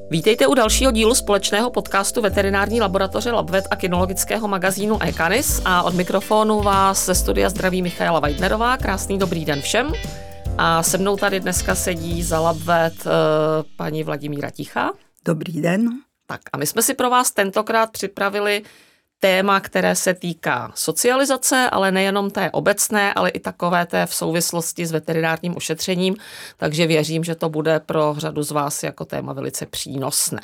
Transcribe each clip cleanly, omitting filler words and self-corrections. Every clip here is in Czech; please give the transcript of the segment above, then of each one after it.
Vítejte u dalšího dílu společného podcastu veterinární laboratoře LabVet a kynologického magazínu eCanis a od mikrofonu vás ze studia zdraví Michaela Weidnerová. Krásný dobrý den všem. A se mnou tady dneska sedí za LabVet paní Vladimíra Tichá. Dobrý den. Tak a my jsme si pro vás tentokrát připravili téma, které se týká socializace, ale nejenom té obecné, ale i takové té v souvislosti s veterinárním ošetřením, takže věřím, že to bude pro řadu z vás jako téma velice přínosné.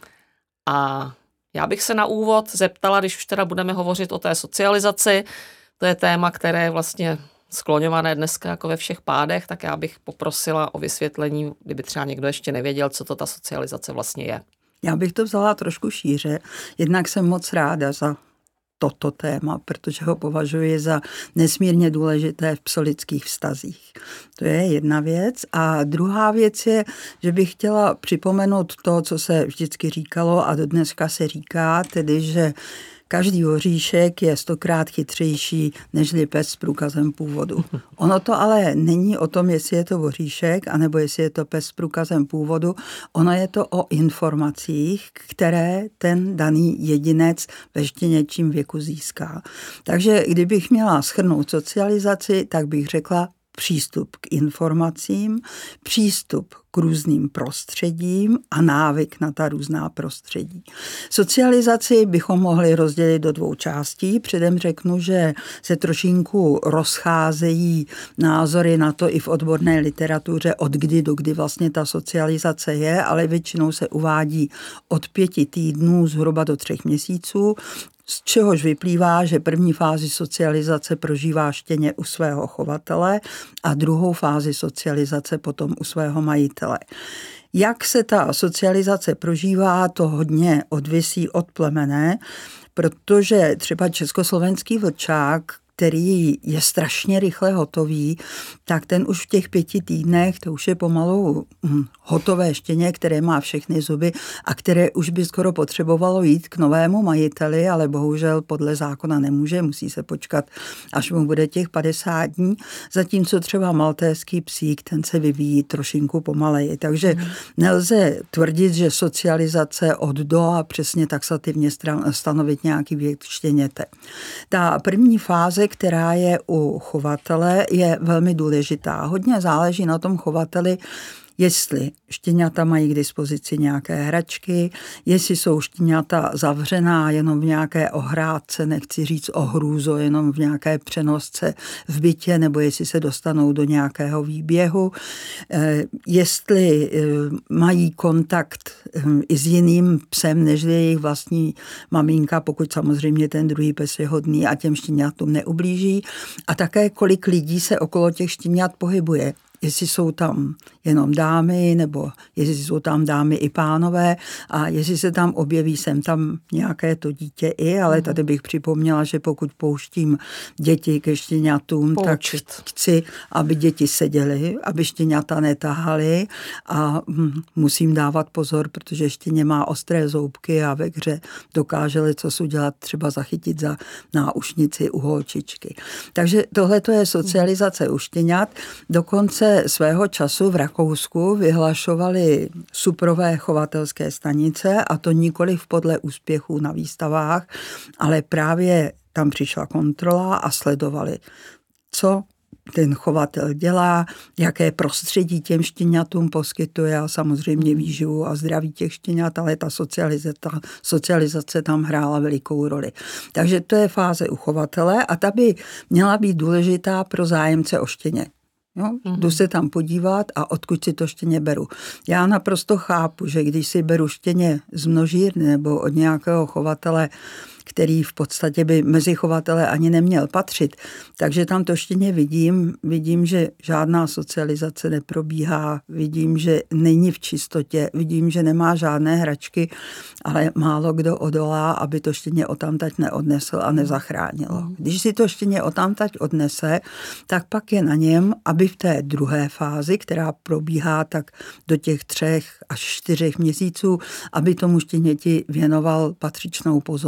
A já bych se na úvod zeptala, když už teda budeme hovořit o té socializaci, to je téma, které je vlastně skloňované dneska jako ve všech pádech, tak já bych poprosila o vysvětlení, kdyby třeba někdo ještě nevěděl, co to ta socializace vlastně je. Já bych to vzala trošku šíře. Jednak jsem moc ráda za toto téma, protože ho považuji za nesmírně důležité v psolidských vztazích. To je jedna věc. A druhá věc je, že bych chtěla připomenout to, co se vždycky říkalo a do dneska se říká, tedy, že každý oříšek je 100krát chytřejší nežli pes s průkazem původu. Ono to ale není o tom, jestli je to oříšek, anebo jestli je to pes s průkazem původu. Ono je to o informacích, které ten daný jedinec ve štěněčím věku získá. Takže kdybych měla shrnout socializaci, tak bych řekla přístup k informacím, přístup k různým prostředím a návyk na ta různá prostředí. Socializaci bychom mohli rozdělit do dvou částí. Předem řeknu, že se trošinku rozcházejí názory na to i v odborné literatuře, od kdy do kdy vlastně ta socializace je, ale většinou se uvádí od 5 týdnů zhruba do 3 měsíců, z čehož vyplývá, že první fázi socializace prožívá štěně u svého chovatele a druhou fázi socializace potom u svého majitele. Jak se ta socializace prožívá, to hodně odvisí od plemene, protože třeba československý vlčák, který je strašně rychle hotový, tak ten už v těch 5 týdnech, to už je pomalu hotové štěně, které má všechny zuby a které už by skoro potřebovalo jít k novému majiteli, ale bohužel podle zákona nemůže, musí se počkat, až mu bude těch 50 dní, zatímco třeba maltéský psík, ten se vyvíjí trošinku pomaleji. Takže nelze tvrdit, že socializace od do a přesně taxativně stanovit nějaký věk štěněte. Ta první fáze, která je u chovatele, je velmi důležitá. Hodně záleží na tom chovateli, jestli štěňata mají k dispozici nějaké hračky, jestli jsou štěňata zavřená jenom v nějaké ohrádce, nechci říct ohrůzo, jenom v nějaké přenosce v bytě, nebo jestli se dostanou do nějakého výběhu, jestli mají kontakt i s jiným psem, než je jejich vlastní maminka, pokud samozřejmě ten druhý pes je hodný a těm štěňatům neublíží, a také kolik lidí se okolo těch štěňat pohybuje. Jestli jsou tam jenom dámy, nebo jestli jsou tam dámy i pánové a jestli se tam objeví sem tam nějaké to dítě i, ale tady bych připomněla, že pokud pouštím děti ke štěňatům, tak chci, aby děti seděly, aby štěňata netahaly a musím dávat pozor, protože štěně má ostré zoubky a ve hře dokáže lecos udělat, třeba zachytit za náušnici u holčičky. Takže tohle to je socializace u štěňat. Dokonce svého času v Rakousku vyhlašovali suprové chovatelské stanice, a to nikoliv podle úspěchů na výstavách, ale právě tam přišla kontrola a sledovali, co ten chovatel dělá, jaké prostředí těm štěňatům poskytuje a samozřejmě výživu a zdraví těch štěňat, ale ta socializace tam hrála velikou roli. Takže to je fáze u chovatele a ta by měla být důležitá pro zájemce o štěně. Jo? Jdu se tam podívat a odkud si to štěně beru. Já naprosto chápu, že když si beru štěně z množírny nebo od nějakého chovatele, který v podstatě by mezi chovatele ani neměl patřit. Takže tam to štěně vidím, že žádná socializace neprobíhá, vidím, že není v čistotě, vidím, že nemá žádné hračky, ale málo kdo odolá, aby to štěně odtamtať neodnesl a nezachránilo. Když si to štěně odtamtať odnese, tak pak je na něm, aby v té druhé fázi, která probíhá tak do těch 3 až 4 měsíců, aby tomu štěněti věnoval patřičnou pozornost.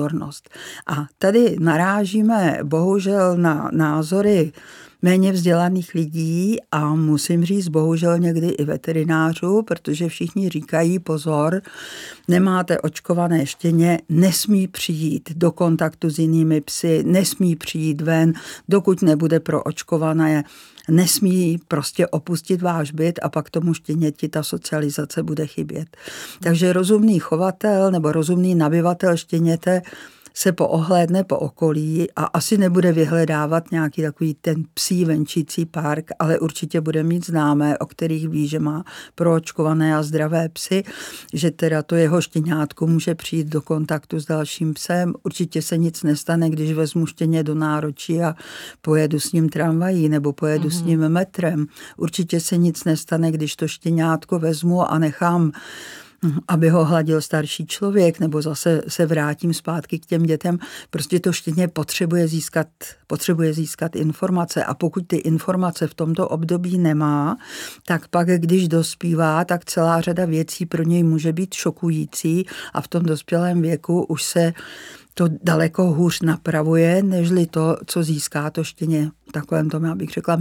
A tady narážíme bohužel na názory méně vzdělaných lidí a musím říct bohužel někdy i veterinářů, protože všichni říkají pozor, nemáte očkované štěně, nesmí přijít do kontaktu s jinými psy, nesmí přijít ven, dokud nebude proočkované, nesmí prostě opustit váš byt a pak tomu štěněti ta socializace bude chybět. Takže rozumný chovatel nebo rozumný nabyvatel štěněte se poohlédne po okolí a asi nebude vyhledávat nějaký takový ten psí venčící park, ale určitě bude mít známé, o kterých ví, že má proočkované a zdravé psy, že teda to jeho štěňátko může přijít do kontaktu s dalším psem. Určitě se nic nestane, když vezmu štěně do náročí a pojedu s ním tramvají nebo pojedu s ním metrem. Určitě se nic nestane, když to štěňátko vezmu a nechám, aby ho hladil starší člověk, nebo zase se vrátím zpátky k těm dětem. Prostě to štěně potřebuje získat informace a pokud ty informace v tomto období nemá, tak pak, když dospívá, tak celá řada věcí pro něj může být šokující a v tom dospělém věku už se to daleko hůř napravuje, nežli to, co získá to štěně v takovém tom, já bych řekla,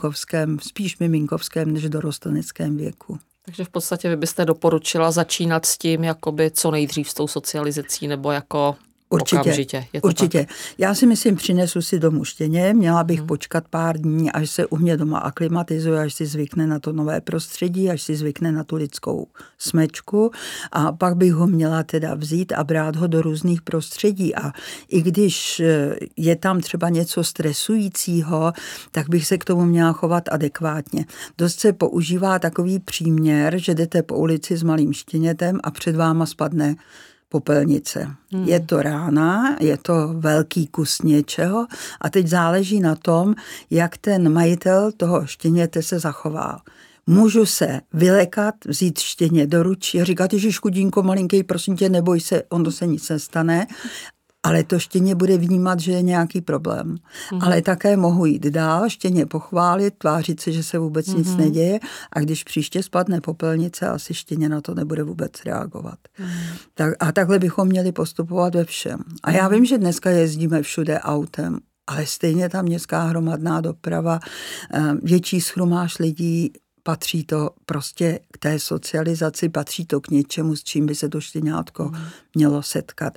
spíš miminkovském než dorosteneckém věku. Takže v podstatě vy byste doporučila začínat s tím, jakoby co nejdřív s tou socializací, nebo jako okamžitě? Určitě. Tak? Já si myslím, přinesu si domů štěně, měla bych počkat pár dní, až se u mě doma aklimatizuje, až si zvykne na to nové prostředí, až si zvykne na tu lidskou smečku a pak bych ho měla teda vzít a brát ho do různých prostředí a i když je tam třeba něco stresujícího, tak bych se k tomu měla chovat adekvátně. Dost se používá takový příměr, že jdete po ulici s malým štěnětem a před váma spadne popelnice. Je to rána, je to velký kus něčeho a teď záleží na tom, jak ten majitel toho štěněte se zachová. Můžu se vylekat, vzít štěně do ručí a říkat, Ježiš chudínko, malinký, prosím tě, neboj se, ono se nic nestane. Ale to štěně bude vnímat, že je nějaký problém. Ale také mohu jít dál, štěně pochválit, tvářit se, že se vůbec nic neděje a když příště spadne popelnice, asi štěně na to nebude vůbec reagovat. A takhle bychom měli postupovat ve všem. A já vím, že dneska jezdíme všude autem, ale stejně ta městská hromadná doprava, větší shromáž lidí, patří to prostě k té socializaci, patří to k něčemu, s čím by se to štěňátko mělo setkat.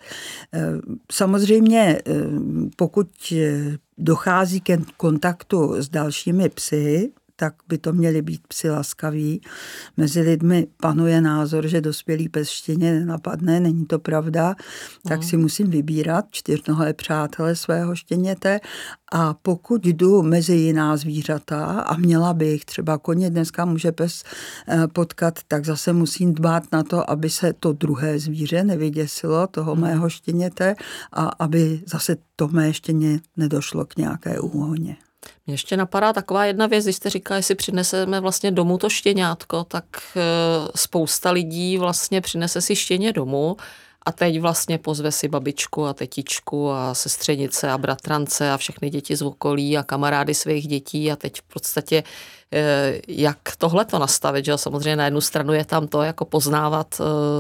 Samozřejmě, pokud dochází ke kontaktu s dalšími psy, tak by to měly být psi laskaví. Mezi lidmi panuje názor, že dospělý pes štěně nenapadne, není to pravda, tak si musím vybírat čtyřnohé přátele svého štěněte a pokud jdu mezi jiná zvířata a měla bych třeba koně, dneska může pes potkat, tak zase musím dbát na to, aby se to druhé zvíře nevyděsilo, toho mého štěněte a aby zase to mé štěně nedošlo k nějaké úhoně. Mně ještě napadá taková jedna věc, když jste říkala, jestli přineseme vlastně domů to štěňátko, tak spousta lidí vlastně přinese si štěně domů a teď vlastně pozve si babičku a tetičku a sestřenice a bratrance a všechny děti z okolí a kamarády svých dětí a teď v podstatě jak tohle to nastavit, že samozřejmě na jednu stranu je tam to jako poznávat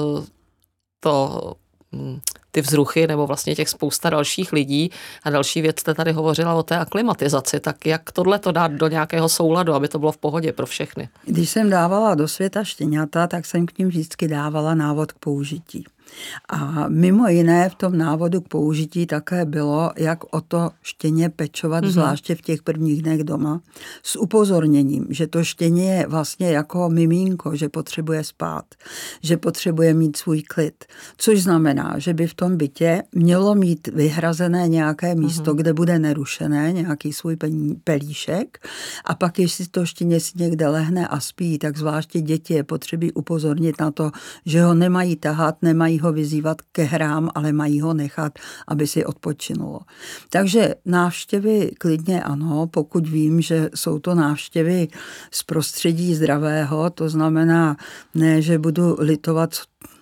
ty vzruchy nebo vlastně těch spousta dalších lidí a další věc jste tady hovořila o té aklimatizaci, tak jak tohle to dát do nějakého souladu, aby to bylo v pohodě pro všechny? Když jsem dávala do světa štěňata, tak jsem k nim vždycky dávala návod k použití. A mimo jiné v tom návodu k použití také bylo, jak o to štěně pečovat, zvláště v těch prvních dnech doma, s upozorněním, že to štěně je vlastně jako miminko, že potřebuje spát, že potřebuje mít svůj klid, což znamená, že by v tom bytě mělo mít vyhrazené nějaké místo, kde bude nerušené, nějaký svůj pelíšek a pak, jestli to štěně si někde lehne a spí, tak zvláště děti je potřebí upozornit na to, že ho nemají tahat, nemají ho vyzývat ke hrám, ale mají ho nechat, aby si odpočinulo. Takže návštěvy klidně ano, pokud vím, že jsou to návštěvy z prostředí zdravého, to znamená ne, že budu litovat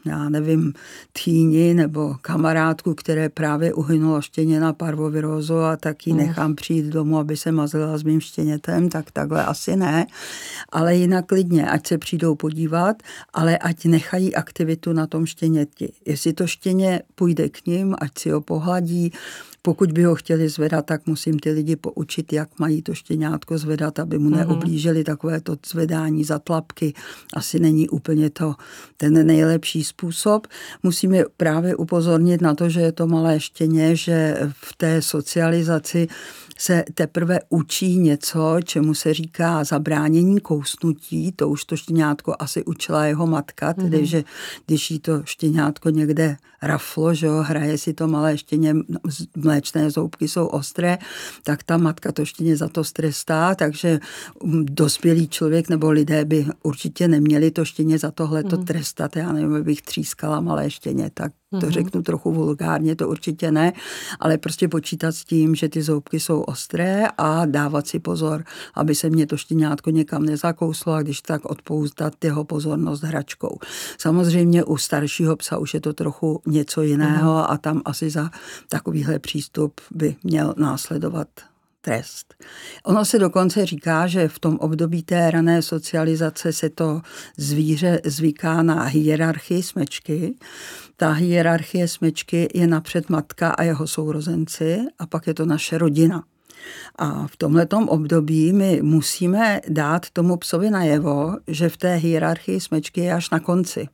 já nevím, tchýni nebo kamarádku, které právě uhynulo štěně na parvovirózu a tak ji nechám přijít domů, aby se mazlila s mým štěnětem, tak takhle asi ne. Ale jinak klidně, ať se přijdou podívat, ale ať nechají aktivitu na tom štěněti. Jestli to štěně půjde k nim, ať si ho pohladí. Pokud by ho chtěli zvedat, tak musím ty lidi poučit, jak mají to štěňátko zvedat, aby mu neublížili takové to zvedání za tlapky. Asi není úplně to ten nejlepší způsob. Musíme právě upozornit na to, že je to malé štěně, že v té socializaci se teprve učí něco, čemu se říká zabránění kousnutí. To už to štěňátko asi učila jeho matka, tedy že když jí to štěňátko někde raflo, že jo, hraje si to malé štěně, mléčné zoubky jsou ostré, tak ta matka to štěně za to strestá, takže dospělý člověk nebo lidé by určitě neměli to štěně za tohleto trestat. Já nevím, abych třískala malé štěně, tak to řeknu trochu vulgárně, to určitě ne, ale prostě počítat s tím, že ty zoubky jsou ostré a dávat si pozor, aby se mě to štěňátko někam nezakouslo a když tak odpoutat jeho pozornost hračkou. Samozřejmě u staršího psa už je to trochu něco jiného a tam asi za takovýhle přístup by měl následovat trest. Ono se dokonce říká, že v tom období té rané socializace se to zvíře zvyká na hierarchii smečky. Ta hierarchie smečky je napřed matka a jeho sourozenci a pak je to naše rodina. A v tomhletom období my musíme dát tomu psovi najevo, že v té hierarchii smečky je až na konci.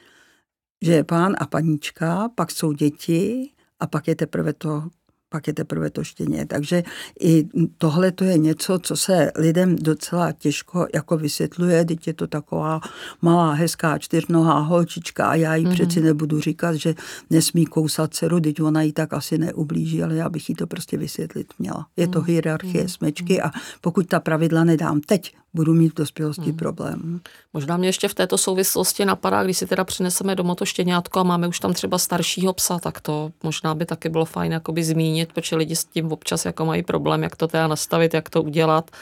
Že je pán a paníčka, pak jsou děti a pak je teprve to štěně. Takže i tohle to je něco, co se lidem docela těžko jako vysvětluje. Teď je to taková malá, hezká, čtyřnohá holčička a já jí přeci nebudu říkat, že nesmí kousat dceru, teď ona jí tak asi neublíží, ale já bych jí to prostě vysvětlit měla. Je to hierarchie smečky a pokud ta pravidla nedám teď, budu mít v dospělosti problém. Možná mě ještě v této souvislosti napadá, když si teda přineseme domů to štěňátko a máme už tam třeba staršího psa, tak to možná by taky bylo fajn jakoby zmínit, protože lidi s tím občas jako mají problém, jak to teda nastavit, jak to udělat.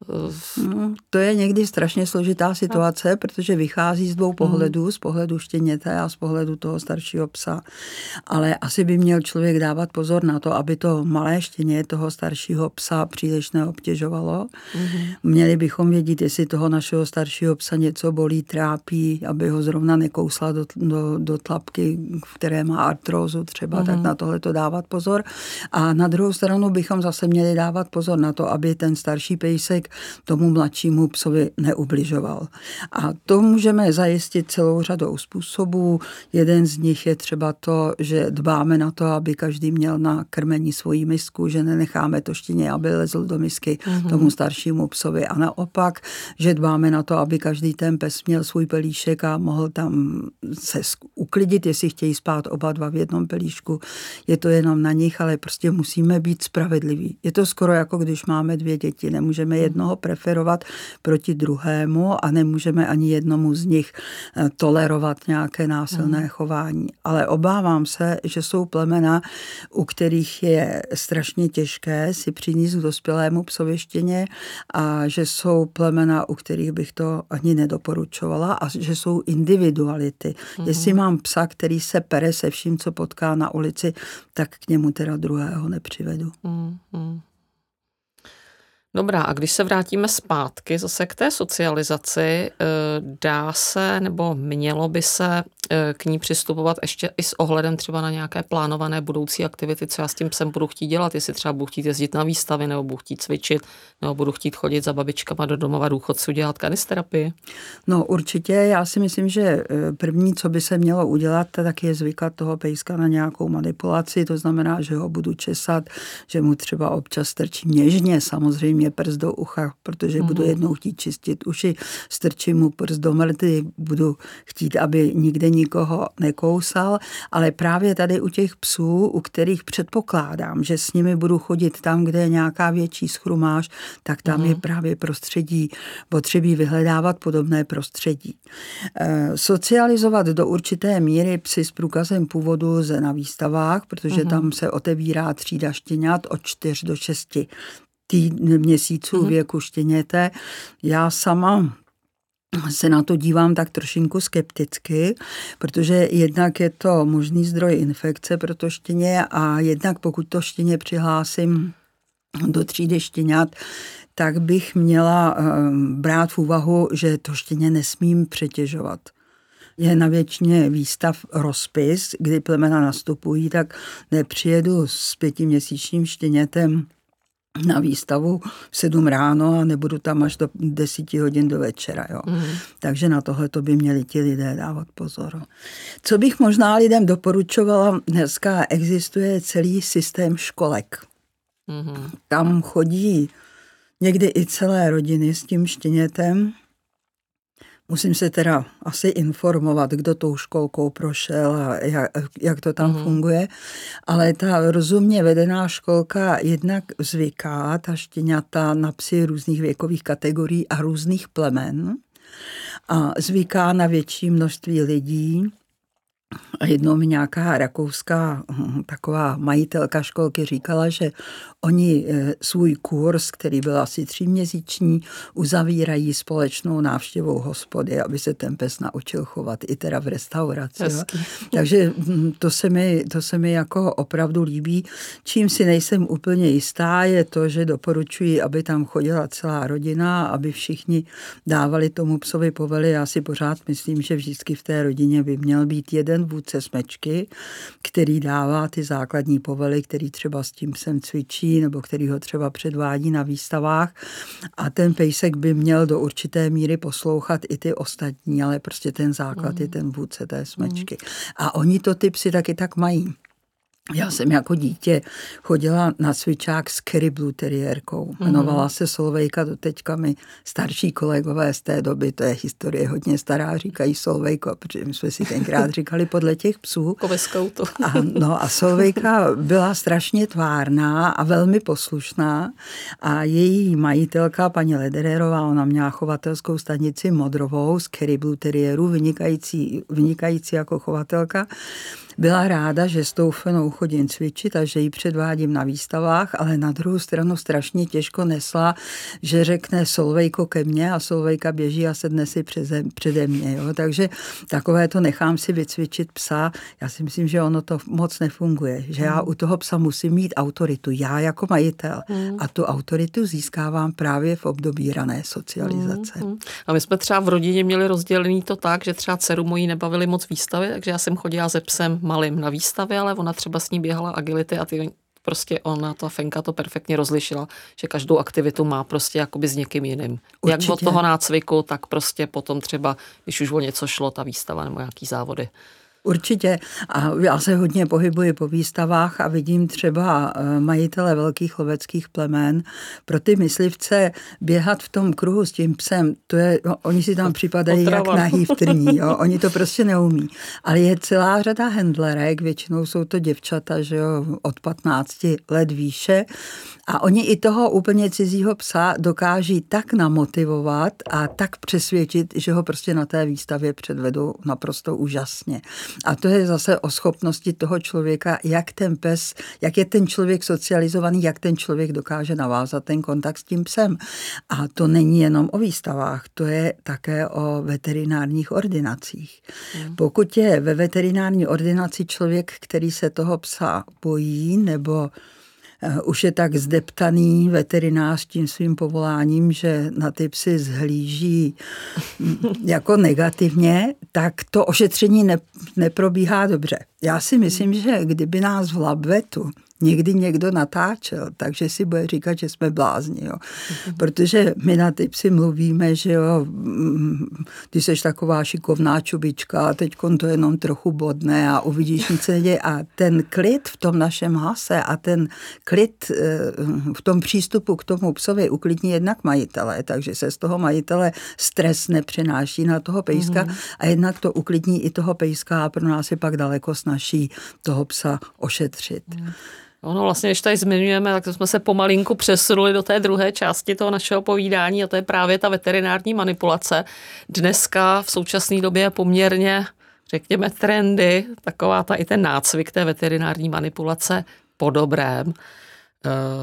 To je někdy strašně složitá situace, protože vychází z dvou pohledů, z pohledu štěněte a z pohledu toho staršího psa. Ale asi by měl člověk dávat pozor na to, aby to malé štěně toho staršího psa příliš neobtěžovalo. Měli bychom vědět, jestli toho našeho staršího psa něco bolí, trápí, aby ho zrovna nekousla do tlapky, které má artrózu třeba, tak na tohle to dávat pozor. A na druhou stranu bychom zase měli dávat pozor na to, aby ten starší pejsek tomu mladšímu psovi neubližoval. A to můžeme zajistit celou řadou způsobů. Jeden z nich je třeba to, že dbáme na to, aby každý měl na krmení svoji misku, že nenecháme to štěně, aby lezl do misky tomu staršímu psovi. A naopak, že dbáme na to, aby každý ten pes měl svůj pelíšek a mohl tam se uklidit, jestli chtějí spát oba dva v jednom pelíšku. Je to jenom na nich, ale prostě musíme být spravedliví. Je to skoro jako když máme dvě děti. Nemůžeme jednoho preferovat proti druhému a nemůžeme ani jednomu z nich tolerovat nějaké násilné chování. Ale obávám se, že jsou plemena, u kterých je strašně těžké si přinést k dospělému psovi štěně a že jsou plemena, u kterých bych to ani nedoporučovala a že jsou individuality. Jestli mám psa, který se pere se vším, co potká na ulici, tak k němu teda druhého nepřivedu. Dobrá, a když se vrátíme zpátky zase k té socializaci, dá se nebo mělo by se k ní přistupovat ještě i s ohledem třeba na nějaké plánované budoucí aktivity, co já s tím psem budu chtít dělat, jestli třeba budu chtít jezdit na výstavy, nebo budu chtít cvičit, nebo budu chtít chodit za babičkama do domova důchodců, dělat kanisterapii? No určitě, já si myslím, že první, co by se mělo udělat, tak je zvykat toho pejska na nějakou manipulaci, to znamená, že ho budu česat, že mu třeba občas strčím něžně, samozřejmě prst do ucha, protože budu jednou chtít čistit uši, strčím mu prst do mrty, budu chtít, aby nikde nikoho nekousal, ale právě tady u těch psů, u kterých předpokládám, že s nimi budu chodit tam, kde je nějaká větší schrumáž, tak tam je právě prostředí, potřebí vyhledávat podobné prostředí. Socializovat do určité míry psy s průkazem původu lze na výstavách, protože tam se otevírá třída štěňat od 4 do 6 měsíců věku štěněte. Já sama se na to dívám tak trošinku skepticky, protože jednak je to možný zdroj infekce pro to štěně a jednak pokud to štěně přihlásím do třídy štěňat, tak bych měla brát v úvahu, že to štěně nesmím přetěžovat. Je na většině výstav rozpis, kdy plemena nastupují, tak nepřijedu s 5měsíčním štěnětem na výstavu v 7 ráno a nebudu tam až do 10 hodin do večera. Jo. Takže na tohle to by měli ti lidé dávat pozor. Co bych možná lidem doporučovala, dneska existuje celý systém školek. Tam chodí někdy i celé rodiny s tím štěnětem. Musím se teda asi informovat, kdo tou školkou prošel a jak to tam funguje, ale ta rozumně vedená školka jednak zvyká ta štěňata na psy různých věkových kategorií a různých plemen a zvyká na větší množství lidí. A jednou mi nějaká rakouská taková majitelka školky říkala, že oni svůj kurz, který byl asi 3měsíční, uzavírají společnou návštěvou hospody, aby se ten pes naučil chovat i teda v restauraci. Takže to se mi jako opravdu líbí. Čím si nejsem úplně jistá, je to, že doporučuji, aby tam chodila celá rodina, aby všichni dávali tomu psovi povely. Já si pořád myslím, že vždycky v té rodině by měl být jeden vůdce smečky, který dává ty základní povely, který třeba s tím psem cvičí nebo který ho třeba předvádí na výstavách a ten pejsek by měl do určité míry poslouchat i ty ostatní, ale prostě ten základ je ten vůdce té smečky. A oni to ty psy taky tak mají. Já jsem jako dítě chodila na cvičák s Kerry Blue Terriérkou. Jmenovala se Solvejka, to teďka mi starší kolegové z té doby, to je historie hodně stará, říkají Solvejko, protože my jsme si tenkrát říkali podle těch psů. A Solvejka byla strašně tvárná a velmi poslušná a její majitelka, paní Ledererová, ona měla chovatelskou stanici Modrovou z Kerry Blue Terriéru, vynikající jako chovatelka. Byla ráda, že s tou Fenou chodím cvičit a že ji předvádím na výstavách, ale na druhou stranu strašně těžko nesla, že řekne Solvejko ke mně a Solvejka běží a sedne si přede mě. Jo? Takže takové to nechám si vycvičit psa. Já si myslím, že ono to moc nefunguje. Že já u toho psa musím mít autoritu. Já jako majitel. A tu autoritu získávám právě v období rané socializace. A my jsme třeba v rodině měli rozdělený to tak, že třeba dceru mojí nebavily moc výstavy, takže já jsem chodila se psem malým na výstavě, ale ona třeba s ní běhala agility a prostě ona, ta Fenka to perfektně rozlišila, že každou aktivitu má prostě jakoby s někým jiným. Určitě. Jak od toho nácviku, tak prostě potom třeba, když už o něco šlo, ta výstava nebo nějaký závody. Určitě. A já se hodně pohybuji po výstavách a vidím třeba majitele velkých loveckých plemen. Pro ty myslivce běhat v tom kruhu s tím psem, to je, oni si tam připadají jak nahý v trní. Jo? Oni to prostě neumí. Ale je celá řada handlerek, většinou jsou to děvčata, že jo, od 15 let výše. A oni i toho úplně cizího psa dokáží tak namotivovat a tak přesvědčit, že ho prostě na té výstavě předvedou naprosto úžasně. A to je zase o schopnosti toho člověka, jak je ten člověk socializovaný, jak ten člověk dokáže navázat ten kontakt s tím psem. A to není jenom o výstavách, to je také o veterinárních ordinacích. Pokud je ve veterinární ordinaci člověk, který se toho psa bojí, nebo už je tak zdeptaný veterinář tím svým povoláním, že na ty psy zhlíží jako negativně, tak to ošetření neprobíhá dobře. Já si myslím, že kdyby nás v Labvetu někdy někdo natáčel, takže si bude říkat, že jsme blázni. Jo. Protože my na ty psy mluvíme, že jo, ty seš taková šikovná čubička a teďkon to jenom trochu bodne a uvidíš, nic se neděje. A ten klid v tom našem hlase a ten klid v tom přístupu k tomu psovi uklidní jednak majitele, takže se z toho majitele stres nepřenáší na toho pejska a jednak to uklidní i toho pejska a pro nás je pak daleko snazší toho psa ošetřit. Ono vlastně, když tady zmiňujeme, tak jsme se pomalinku přesunuli do té druhé části toho našeho povídání a to je právě ta veterinární manipulace. Dneska v současné době je poměrně, řekněme, trendy, taková i ten nácvik té veterinární manipulace po dobrém.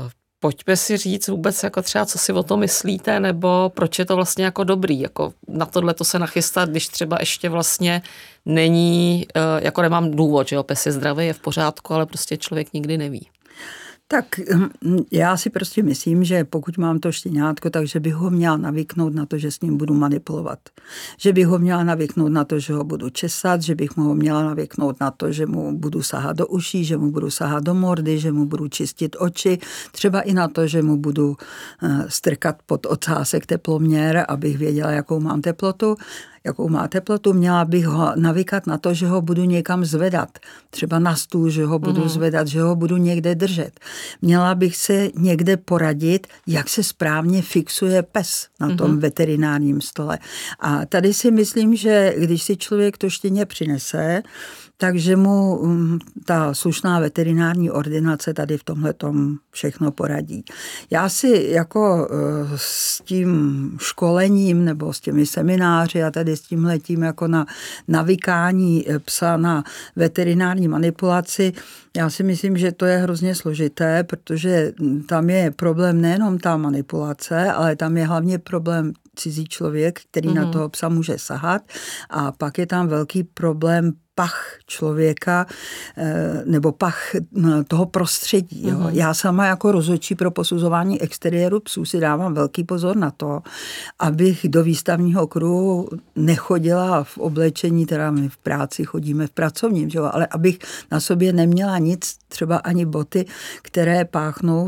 pojďme si říct vůbec jako třeba, co si o tom myslíte, nebo proč je to vlastně jako dobrý, jako na tohle to se nachystat, když třeba ještě vlastně není, jako nemám důvod, že jo, pes je zdravý, je v pořádku, ale prostě člověk nikdy neví. Tak já si prostě myslím, že pokud mám to štěňátko, takže bych ho měla navyknout na to, že s ním budu manipulovat. Že bych ho měla navyknout na to, že ho budu česat, že bych ho měla navyknout na to, že mu budu sahat do uší, že mu budu sahat do mordy, že mu budu čistit oči, třeba i na to, že mu budu strkat pod ocásek teploměr, abych věděla, jakou mám teplotu. Jakou má teplotu, měla bych ho navykat na to, že ho budu někam zvedat. Třeba na stůl, že ho budu zvedat, že ho budu někde držet. Měla bych se někde poradit, jak se správně fixuje pes na tom veterinárním stole. A tady si myslím, že když si člověk to štěně přinese, takže mu ta slušná veterinární ordinace tady v tomhletom všechno poradí. Já si jako s tím školením nebo s těmi semináři a tady s tímhletím jako na navykání psa na veterinární manipulaci, já si myslím, že to je hrozně složité, protože tam je problém nejenom ta manipulace, ale tam je hlavně problém cizí člověk, který na toho psa může sahat, a pak je tam velký problém pach člověka nebo pach toho prostředí. Jo. Já sama jako rozhodčí pro posuzování exteriéru psů si dávám velký pozor na to, abych do výstavního kruhu nechodila v oblečení, teda my v práci chodíme v pracovním, jo, ale abych na sobě neměla nic, třeba ani boty, které páchnou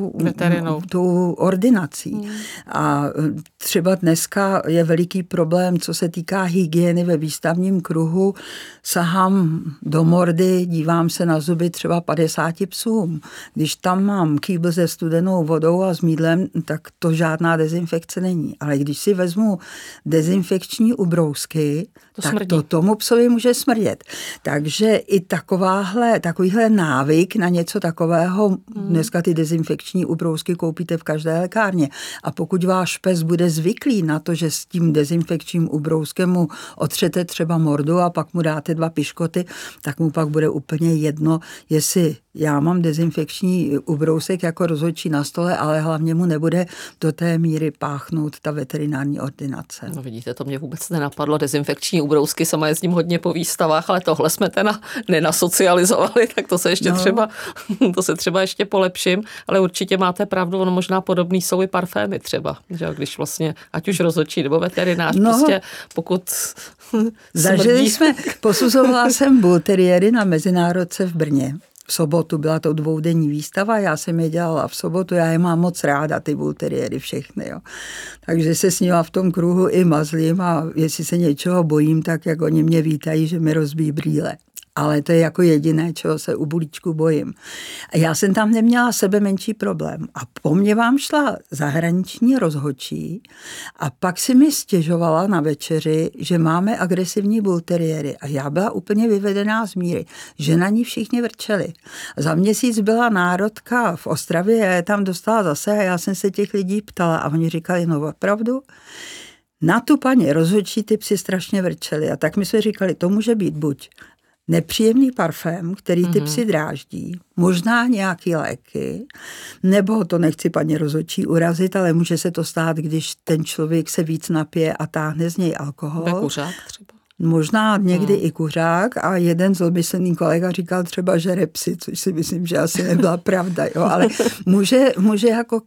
tou ordinací. A třeba dneska je veliký problém, co se týká hygieny ve výstavním kruhu. Sahám do mordy, dívám se na zuby třeba 50 psům. Když tam mám kýbl se studenou vodou a s mýdlem, tak to žádná dezinfekce není. Ale když si vezmu dezinfekční ubrousky, tak to tomu psovi může smrdět. Takže i takovýhle návyk na něco takového, dneska ty dezinfekční ubrousky koupíte v každé lékárně. A pokud váš pes bude zvyklý na to, že s tím dezinfekčním ubrouskem mu otřete třeba mordu a pak mu dáte 2 piškoty, tak mu pak bude úplně jedno, jestli já mám dezinfekční ubrousek jako rozhodčí na stole, ale hlavně mu nebude do té míry páchnout ta veterinární ordinace. No vidíte, to mě vůbec nenapadlo, dezinfekční ubrousky, sama jezdím hodně po výstavách, ale tohle jsme nenasocializovali, tak to se třeba ještě polepším, ale určitě máte pravdu, ono možná podobný jsou i parfémy třeba, že když vlastně, ať už rozhodčí nebo veterinář, prostě pokud posuzovala jsem bull teriéry na Mezinárodce v Brně. V sobotu byla to 2denní výstava, já jsem je dělala v sobotu, já je mám moc ráda, ty bull teriéry všechny. Jo. Takže se s nima v tom kruhu i mazlím a jestli se něčeho bojím, tak jak oni mě vítají, že mi rozbíjí brýle. Ale to je jako jediné, čeho se u bulíčku bojím. A já jsem tam neměla sebe menší problém. A po mně vám šla zahraniční rozhodčí a pak si mi stěžovala na večeři, že máme agresivní bull teriéry. A já byla úplně vyvedená z míry, že na ní všichni vrčeli. A za měsíc byla národka v Ostravě, já je tam dostala zase a já jsem se těch lidí ptala a oni říkali, no opravdu? Na tu paní rozhodčí ty psi strašně vrčeli. A tak my jsme říkali, to může být buď nepříjemný parfém, který ty psy dráždí, možná nějaký léky, nebo to nechci paní rozhodčí urazit, ale může se to stát, když ten člověk se víc napije a táhne z něj alkohol. Kuřák třeba. Možná někdy i kuřák a jeden zlomyslný kolega říkal třeba, že repsy, což si myslím, že asi nebyla pravda, jo, ale může jako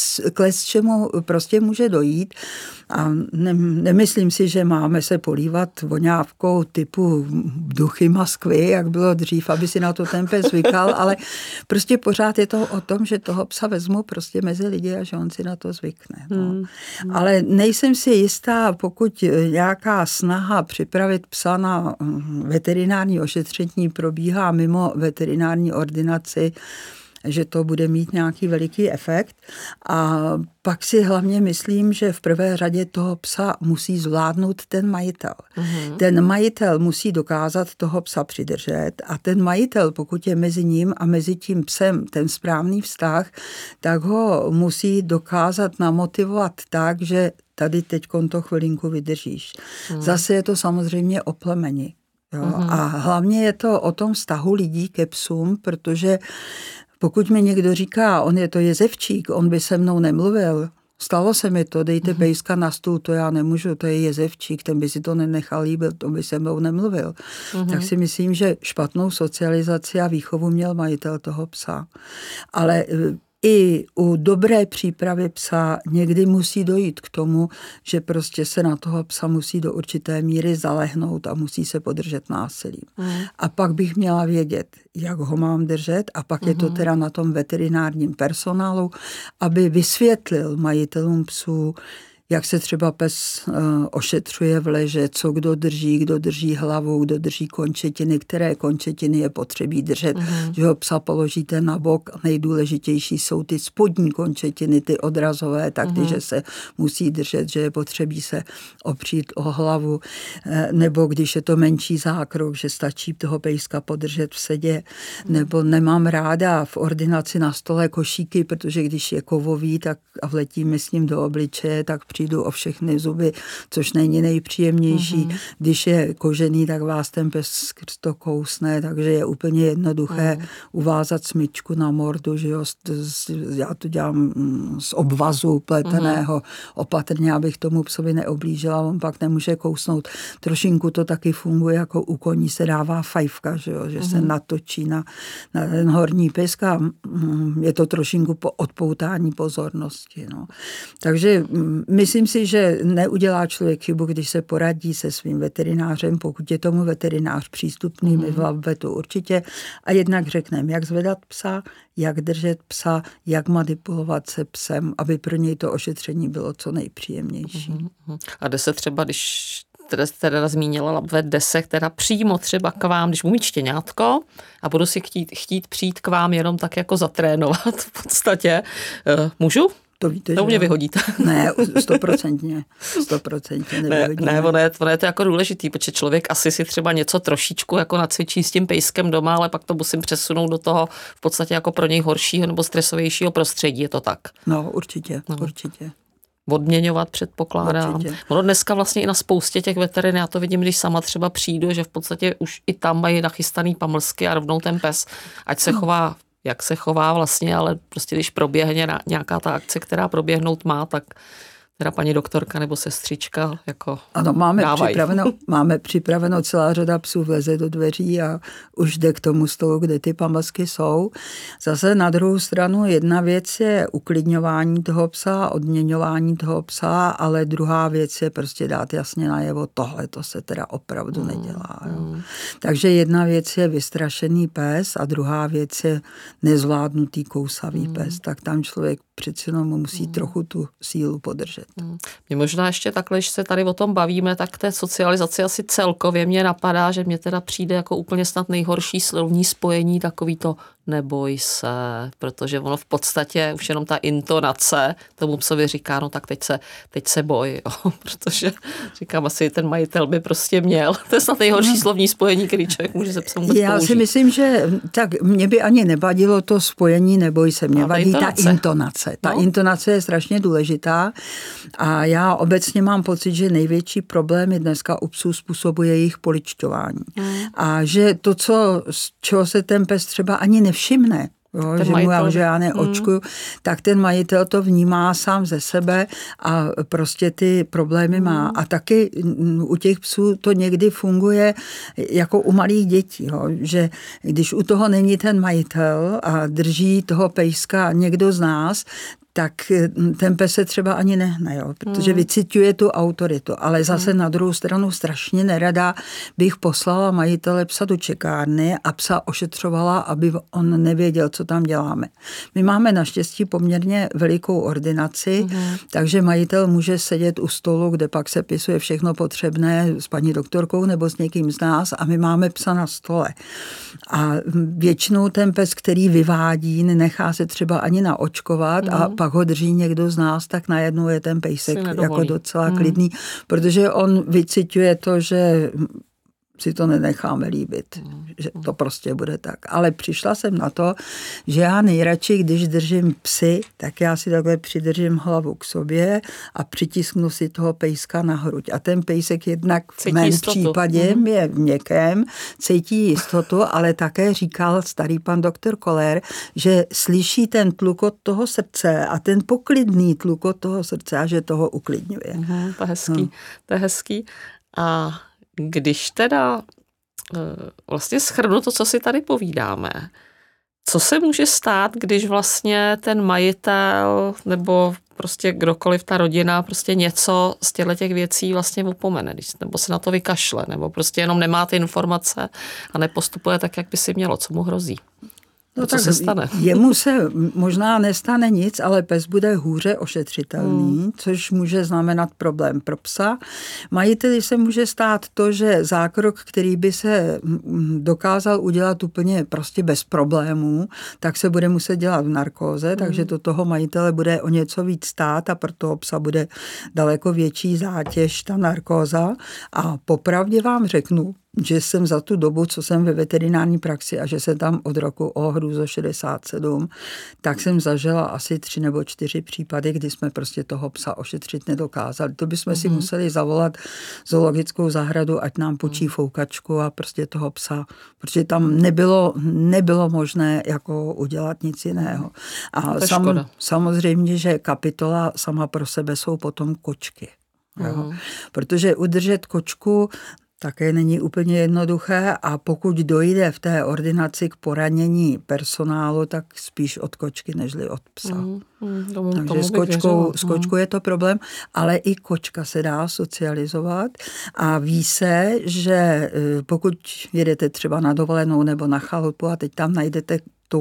k čemu prostě může dojít a nemyslím si, že máme se polívat voňávkou typu duchy Moskvy, jak bylo dřív, aby si na to ten pes zvykal, ale prostě pořád je to o tom, že toho psa vezmu prostě mezi lidi a že on si na to zvykne. No. Ale nejsem si jistá, pokud nějaká snaha připravit psa na veterinární ošetření probíhá mimo veterinární ordinaci, že to bude mít nějaký veliký efekt. A pak si hlavně myslím, že v prvé řadě toho psa musí zvládnout ten majitel. Ten majitel musí dokázat toho psa přidržet a ten majitel, pokud je mezi ním a mezi tím psem ten správný vztah, tak ho musí dokázat namotivovat tak, že tady teďkon to chvilinku vydržíš. Zase je to samozřejmě o plemeni. Jo? A hlavně je to o tom vztahu lidí ke psům, protože Pokud mi někdo říká, on je to jezevčík, on by se mnou nemluvil, stalo se mi to, dejte pejska na stůl, to já nemůžu, to je jezevčík, ten by si to nenechal líbit, to by se mnou nemluvil. Tak si myslím, že špatnou socializaci a výchovu měl majitel toho psa. Ale i u dobré přípravy psa někdy musí dojít k tomu, že prostě se na toho psa musí do určité míry zalehnout a musí se podržet násilím. A pak bych měla vědět, jak ho mám držet, a pak je to teda na tom veterinárním personálu, aby vysvětlil majitelům psů, jak se třeba pes ošetřuje v leže, co kdo drží hlavu, kdo drží končetiny, které končetiny je potřebí držet, že ho psa položíte na bok. Nejdůležitější jsou ty spodní končetiny, ty odrazové, tak ty, že se musí držet, že je potřebí se opřít o hlavu, nebo když je to menší zákrok, že stačí toho pejska podržet v sedě, nebo nemám ráda v ordinaci na stole košíky, protože když je kovový, tak a vletíme s ním do obličeje, tak přijdu o všechny zuby, což není nejpříjemnější. Když je kožený, tak vás ten pes skrz to kousne, takže je úplně jednoduché uvázat smyčku na mordu, že jo, já to dělám z obvazu pleteného opatrně, abych tomu psovi neoblížila, on pak nemůže kousnout. Trošinku to taky funguje, jako u koní se dává fajfka, že jo, že se natočí na ten horní pysk a je to trošinku po odpoutání pozornosti. No. Takže myslím si, že neudělá člověk chybu, když se poradí se svým veterinářem, pokud je tomu veterinář přístupný, my v Labvetu určitě, a jednak řekneme, jak zvedat psa, jak držet psa, jak manipulovat se psem, aby pro něj to ošetření bylo co nejpříjemnější. A jde se třeba, když teda zmínila Labvet, jde se teda přímo třeba k vám, když budu mít štěňátko a budu si chtít přijít k vám jenom tak jako zatrénovat v podstatě. Můžu? To víte, to mě vyhodíte. Ne, 100% nevyhodíme. Ne, ono je to jako důležitý, protože člověk asi si třeba něco trošičku jako nacvičí s tím pejskem doma, ale pak to musím přesunout do toho v podstatě jako pro něj horšího nebo stresovějšího prostředí, je to tak? No, určitě. Odměňovat, předpokládám. Ono dneska vlastně i na spoustě těch veterin, já to vidím, když sama třeba přijdu, že v podstatě už i tam mají nachystaný pamlsky a rovnou ten pes, ať se chová, jak se chová vlastně, ale prostě když proběhne nějaká ta akce, která proběhnout má, tak teda paní doktorka nebo sestřička jako ano, máme připraveno celá řada psů vleze do dveří a už jde k tomu stolu, kde ty pamlsky jsou. Zase na druhou stranu jedna věc je uklidňování toho psa, odměňování toho psa, ale druhá věc je prostě dát jasně najevo, tohle to se teda opravdu nedělá. Jo. Takže jedna věc je vystrašený pes a druhá věc je nezvládnutý kousavý pes. Tak tam člověk přeci jenom musí trochu tu sílu podržet. Mě možná ještě takhle, když se tady o tom bavíme, tak té socializaci asi celkově mě napadá, že mě teda přijde jako úplně snad nejhorší slovní spojení takový to neboj se, protože ono v podstatě už jenom ta intonace tomu psovi říká, no tak teď se boj, jo, protože říkám, asi ten majitel by prostě měl. To je snad nejhorší slovní spojení, který člověk může se psem vůbec Já použít. si myslím, že tak mě by ani nevadilo to spojení neboj se, mě vadí ta intonace. Ta intonace je strašně důležitá a já obecně mám pocit, že největší problémy dneska u psů způsobuje jejich poličťování. A že to, z čeho se ten pes třeba ani nevšimne, jo, že já neočkuju, tak ten majitel to vnímá sám ze sebe a prostě ty problémy má. A taky u těch psů to někdy funguje jako u malých dětí, jo, že když u toho není ten majitel a drží toho pejska někdo z nás, tak ten pes se třeba ani nehne, jo, protože vyciťuje tu autoritu. Ale zase na druhou stranu strašně nerada bych poslala majitele psa do čekárny a psa ošetřovala, aby on nevěděl, co tam děláme. My máme naštěstí poměrně velikou ordinaci, takže majitel může sedět u stolu, kde pak se pisuje všechno potřebné s paní doktorkou nebo s někým z nás a my máme psa na stole. A většinou ten pes, který vyvádí, nenechá se třeba ani naočkovat a pak ho drží někdo z nás, tak najednou je ten pejsek jako docela klidný, protože on vyciťuje to, že si to nenecháme líbit, že to prostě bude tak. Ale přišla jsem na to, že já nejradši, když držím psy, tak já si takhle přidržím hlavu k sobě a přitisknu si toho pejska na hruď. A ten pejsek jednak v mém případě je v měkkém, cítí jistotu, ale také říkal starý pan doktor Koller, že slyší ten tlukot toho srdce a ten poklidný tlukot toho srdce a že toho uklidňuje. To je hezký. A když teda vlastně shrnu to, co si tady povídáme, co se může stát, když vlastně ten majitel nebo prostě kdokoliv, ta rodina, prostě něco z těch věcí vlastně opomene, nebo se na to vykašle, nebo prostě jenom nemá ty informace a nepostupuje tak, jak by si mělo, co mu hrozí. No co se stane? Jemu se možná nestane nic, ale pes bude hůře ošetřitelný, což může znamenat problém pro psa. Majiteli se může stát to, že zákrok, který by se dokázal udělat úplně prostě bez problémů, tak se bude muset dělat v narkóze, takže to toho majitele bude o něco víc stát a pro toho psa bude daleko větší zátěž ta narkóza. A popravdě vám řeknu, že jsem za tu dobu, co jsem ve veterinární praxi a že jsem tam od roku hrůzo 67, tak jsem zažila asi 3 nebo 4 případy, kdy jsme prostě toho psa ošetřit nedokázali. To bychom si museli zavolat zoologickou zahradu, ať nám počí foukačku a prostě toho psa, protože tam nebylo možné jako udělat nic jiného. A samozřejmě, že kapitola sama pro sebe jsou potom kočky. Jo? Protože udržet kočku také není úplně jednoduché a pokud dojde v té ordinaci k poranění personálu, tak spíš od kočky, nežli od psa. Takže s kočkou je to problém, ale i kočka se dá socializovat a ví se, že pokud jedete třeba na dovolenou nebo na chalupu a teď tam najdete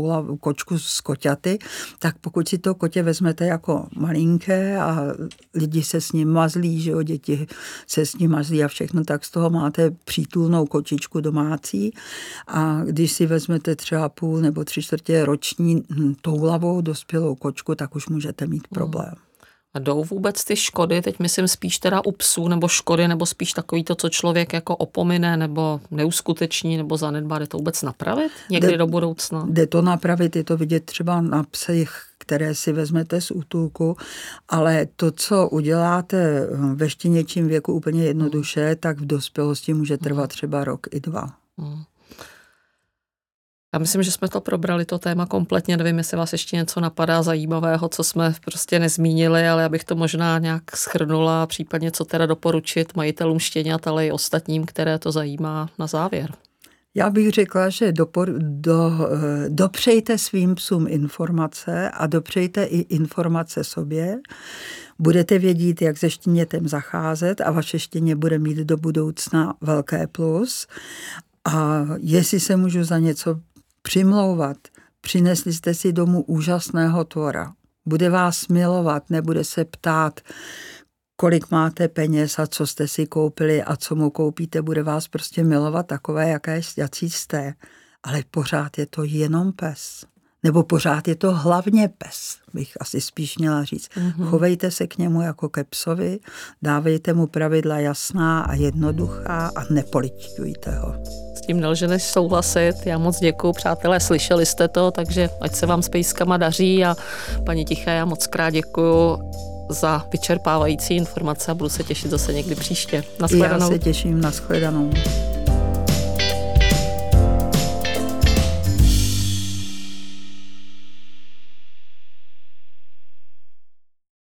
kočku z koťaty, tak pokud si to kotě vezmete jako malinké a lidi se s ním mazlí, že jo, děti se s ním mazlí a všechno, tak z toho máte přítulnou kočičku domácí a když si vezmete třeba 0,5 nebo 3/4 roční toulavou dospělou kočku, tak už můžete mít problém. A jdou vůbec ty škody, teď myslím spíš teda u psů, nebo škody, nebo spíš takový to, co člověk jako opomine, nebo neuskuteční, nebo zanedbá, jde to vůbec napravit někdy do budoucna? Jde to napravit, je to vidět třeba na psech, které si vezmete z útulku, ale to, co uděláte ve štěněčím věku úplně jednoduše, tak v dospělosti může trvat třeba 1 i 2 roky. Já myslím, že jsme to probrali, to téma kompletně. Nevím, jestli vás ještě něco napadá zajímavého, co jsme prostě nezmínili, ale já bych to možná nějak shrnula, případně co teda doporučit majitelům štěňat, ale i ostatním, které to zajímá na závěr. Já bych řekla, že dopřejte svým psům informace a dopřejte i informace sobě. Budete vědět, jak se štěnětem zacházet a vaše štěně bude mít do budoucna velké plus. A jestli se můžu za něco přimlouvat, přinesli jste si domů úžasného tvora. Bude vás milovat, nebude se ptát, kolik máte peněz a co jste si koupili a co mu koupíte, bude vás prostě milovat takové, jací jste. Ale pořád je to jenom pes. Nebo pořád je to hlavně pes, bych asi spíš měla říct. Chovejte se k němu jako ke psovi, dávejte mu pravidla jasná a jednoduchá a nepolitizujte ho. S tím nelže než souhlasit. Já moc děkuju, přátelé, slyšeli jste to, takže ať se vám s pejskama daří a paní Tiché, já moc krát děkuju za vyčerpávající informace a budu se těšit zase někdy příště. Naschledanou. Já se těším, naschledanou.